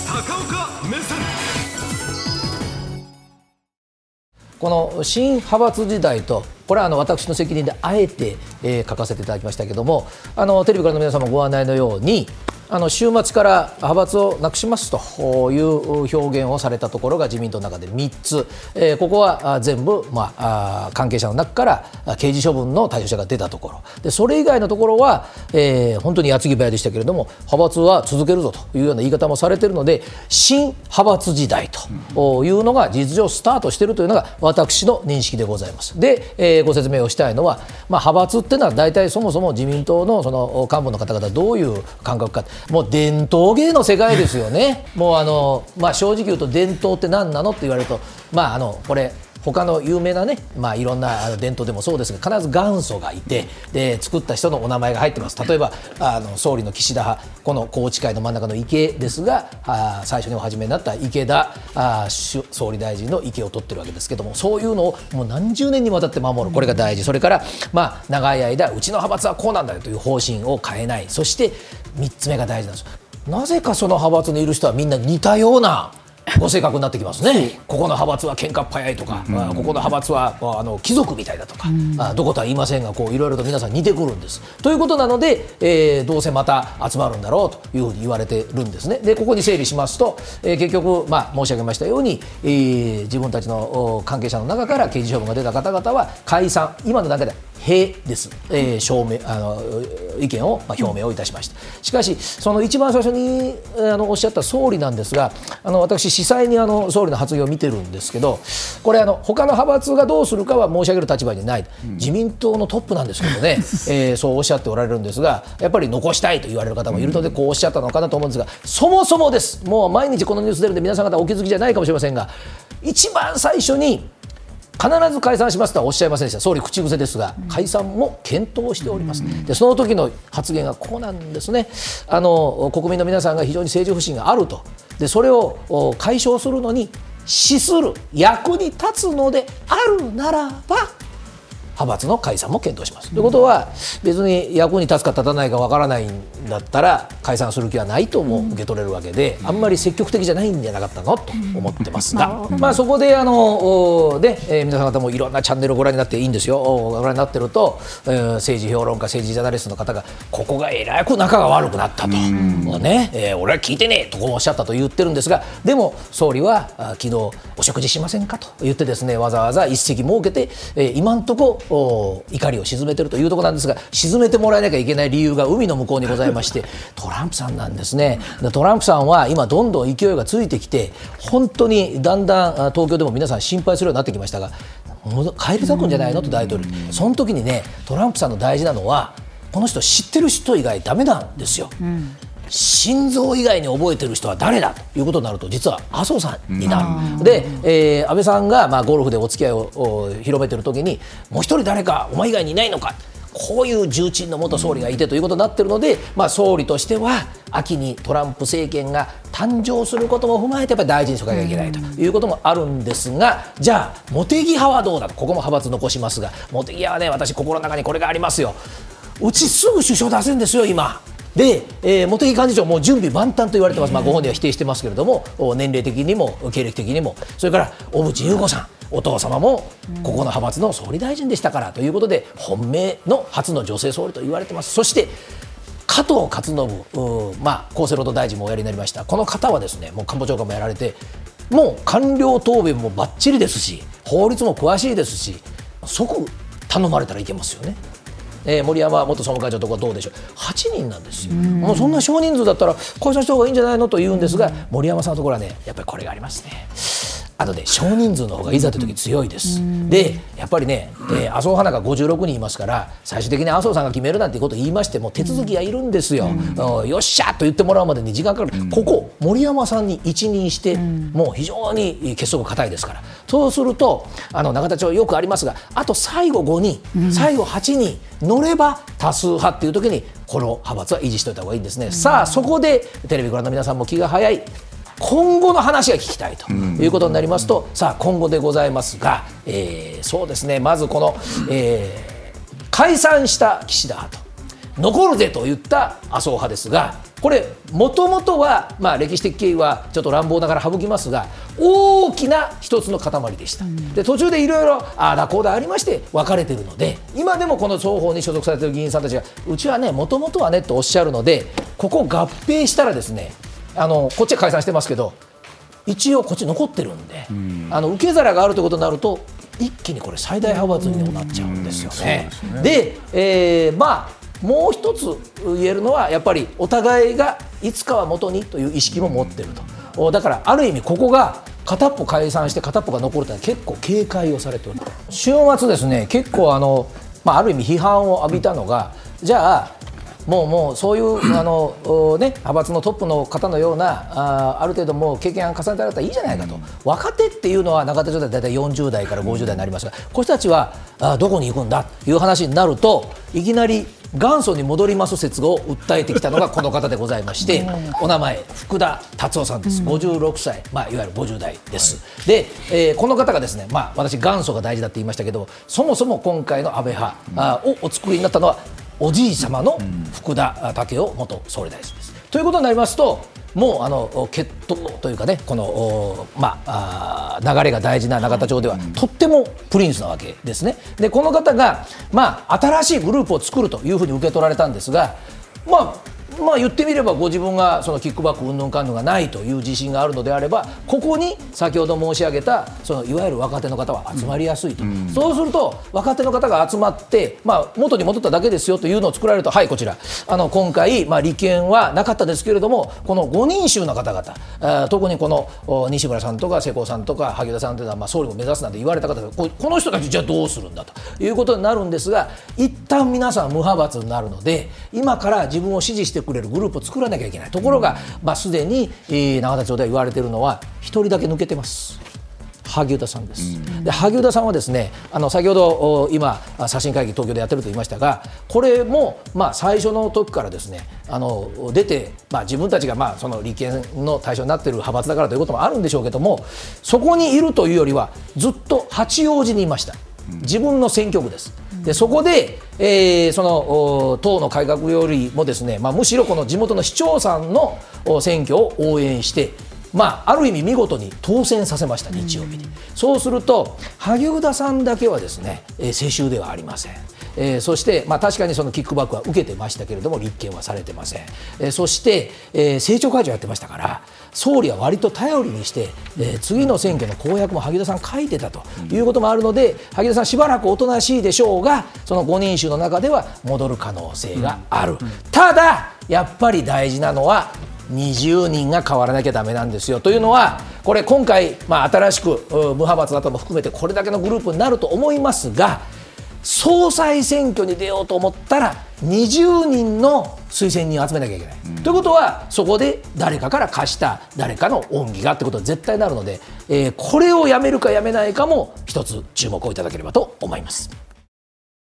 高岡目線。 この新派閥時代と、これは私の責任であえて、書かせていただきましたけども、テレビからの皆様ご案内のように、週末から派閥をなくしますという表現をされたところが自民党の中で3つ、ここは全部、関係者の中から刑事処分の対象者が出たところで、それ以外のところは、本当に矢継ぎ早でしたけれども、派閥は続けるぞというような言い方もされているので、新派閥時代というのが事実上スタートしているというのが私の認識でございます。で、ご説明をしたいのは、派閥っていうのは大体そもそも自民党のその幹部の方々どういう感覚か、もう伝統芸の世界ですよね。もう正直言うと伝統って何なのって言われると、これ他の有名なね、いろんな伝統でもそうですが、必ず元祖がいて、で作った人のお名前が入ってます。例えば総理の岸田派、この宏池会の真ん中の池ですが、最初にお始めになった池田総理大臣の池を取ってるわけですけども、そういうのをもう何十年にわたって守る、これが大事。それから長い間うちの派閥はこうなんだよという方針を変えない。そして3つ目が大事なんです。なぜかその派閥にいる人はみんな似たようなご性格になってきますね。ここの派閥は喧嘩っ早いとか、ここの派閥は貴族みたいだとか、どことは言いませんが、いろいろと皆さん似てくるんです。ということなので、どうせまた集まるんだろうというふうに言われてるんですね。でここに整理しますと、結局、申し上げましたように、自分たちの関係者の中から刑事処分が出た方々は解散、今の段階で並です、意見を、表明をいたしました。しかしその一番最初におっしゃった総理なんですが、私司祭に総理の発言を見てるんですけど、これ他の派閥がどうするかは申し上げる立場にない、自民党のトップなんですけどね、そうおっしゃっておられるんですが、やっぱり残したいと言われる方もいるのでこうおっしゃったのかなと思うんですが、そもそもです、もう毎日このニュース出るんで皆さん方お気づきじゃないかもしれませんが、一番最初に必ず解散しますとはおっしゃいませんでした。総理口癖ですが、解散も検討しております。でその時の発言がこうなんですね。国民の皆さんが非常に政治不信があると、でそれを解消するのに資する役に立つのであるならば派閥の解散も検討します。ということは、別に役に立つか立たないかわからないんだったら解散する気はないとも受け取れるわけで、あんまり積極的じゃないんじゃなかったのと思ってますが、そこで皆さん方もいろんなチャンネルをご覧になっていいんですよ。ご覧になってると、政治評論家、政治ジャーナリストの方がここがえらく仲が悪くなったと、俺は聞いてねえとこうおっしゃったと言ってるんですが、でも総理は昨日お食事しませんかと言ってですね、わざわざ一席設けて、今んとこ怒りを鎮めているというところなんですが、鎮めてもらえなきゃいけない理由が海の向こうにございましてトランプさんなんですね。トランプさんは今どんどん勢いがついてきて、本当にだんだん東京でも皆さん心配するようになってきましたが、帰り咲くんじゃないのと大統領、その時にね、トランプさんの大事なのは、この人知ってる人以外ダメなんですよ。心臓以外に覚えてる人は誰だということになると、実は麻生さんになる。で、安倍さんがゴルフでお付き合いを広めてる時に、もう一人誰かお前以外にいないのか、こういう重鎮の元総理がいてということになっているので、総理としては秋にトランプ政権が誕生することも踏まえてやっぱり大事にしとかなきゃいけないということもあるんですが、じゃあ茂木派はどうだと、ここも派閥残しますが、茂木派はね、私心の中にこれがありますよ。うちすぐ首相出せるんですよ今で、茂木幹事長も準備万端と言われてます。ご本人は否定してますけれども、年齢的にも経歴的にも、それから小渕優子さん、お父様もここの派閥の総理大臣でしたからということで、本命の初の女性総理と言われてます。そして加藤勝信、厚生労働大臣もおやりになりました。この方はですね、もう官房長官もやられて、もう官僚答弁もバッチリですし、法律も詳しいですし、即頼まれたらいけますよね。森山元総務会長とかどうでしょう、8人なんですよ。もうそんな少人数だったら解散した方がいいんじゃないのと言うんですが、森山さんのところはね、やっぱりこれがありますね。少人数の方がいざという時強いです。でやっぱりね、麻生派なんか56人いますから、最終的に麻生さんが決めるなんていうことを言いましても手続きがいるんですよ。よっしゃと言ってもらうまでに時間かかる。ここ森山さんに一任して、もう非常に結束が固いですから、そうすると永田町よくありますが、あと最後5人、最後8人乗れば多数派っていう時にこの派閥は維持しておいた方がいいんですね。さあそこでテレビご覧の皆さんも気が早い、今後の話が聞きたいということになりますと、さあ今後でございますが、そうですね、まずこの、解散した岸田派と残るぜと言った麻生派ですが、これもともとは、歴史的経緯はちょっと乱暴ながら省きますが、大きな一つの塊でした。で途中でいろいろああだこうだありまして分かれているので、今でもこの双方に所属されている議員さんたちがうちはねもともとはねとおっしゃるので、ここ合併したらですね、こっちは解散してますけど一応こっち残ってるんで、受け皿があるということになると一気にこれ最大派閥にもなっちゃうんですよね。で、もう一つ言えるのはやっぱりお互いがいつかは元にという意識も持っていると。だからある意味ここが片っぽ解散して片っぽが残るというのは結構警戒をされている。週末ですね、結構ある意味批判を浴びたのが、じゃあもうそういう派閥のトップの方のようなある程度もう経験を重ねてられたらいいじゃないかと。若手っていうのは永田町で大体40代から50代になりますが、こういう人たちはどこに行くんだという話になると、いきなり元祖に戻ります説を訴えてきたのがこの方でございましてお名前福田達夫さんです。56歳、いわゆる50代です。で、この方がですね、私元祖が大事だって言いましたけど、そもそも今回の安倍派をお作りになったのはおじい様の福田赳夫元総理大臣です。ということになりますと、もう血統というかね、この、流れが大事な永田町ではとってもプリンスなわけですね。でこの方が、新しいグループを作るというふうに受け取られたんですが、言ってみればご自分がそのキックバック云々かんぬんがないという自信があるのであれば、ここに先ほど申し上げたそのいわゆる若手の方は集まりやすいと。そうすると若手の方が集まって、元に戻っただけですよというのを作られると、はいこちら今回、利権はなかったですけれども、この5人衆の方々、特にこの西村さんとか世耕さんとか萩生田さんというのは、総理を目指すなんて言われた方がこの人たちじゃあどうするんだということになるんですが、一旦皆さん無派閥になるので、今から自分を支持してくれるグループを作らなきゃいけない。ところが、すでに永田町では言われているのは一人だけ抜けてます。萩生田さんです。で萩生田さんはですね、先ほど今刷新会議東京でやってると言いましたが、これも最初の時からですね出て、自分たちがその利権の対象になっている派閥だからということもあるんでしょうけども、そこにいるというよりはずっと八王子にいました。自分の選挙区です。でそこで、その党の改革よりもですね、むしろこの地元の市長さんの選挙を応援して、ある意味見事に当選させました。日曜日に。そうすると萩生田さんだけはですね、世襲ではありません。そして、確かにそのキックバックは受けてましたけれども立件はされてません。そして、政調会長やってましたから、総理は割と頼りにして、次の選挙の公約も萩生田さん書いてたということもあるので、萩生田さんしばらくおとなしいでしょうが、その5人衆の中では戻る可能性がある。ただやっぱり大事なのは20人が変わらなきゃダメなんですよ。というのはこれ今回、新しく無派閥だとも含めてこれだけのグループになると思いますが、総裁選挙に出ようと思ったら20人の推薦人を集めなきゃいけない、ということはそこで誰かから貸した誰かの恩義がってことは絶対になるので、これをやめるかやめないかも一つ注目をいただければと思います。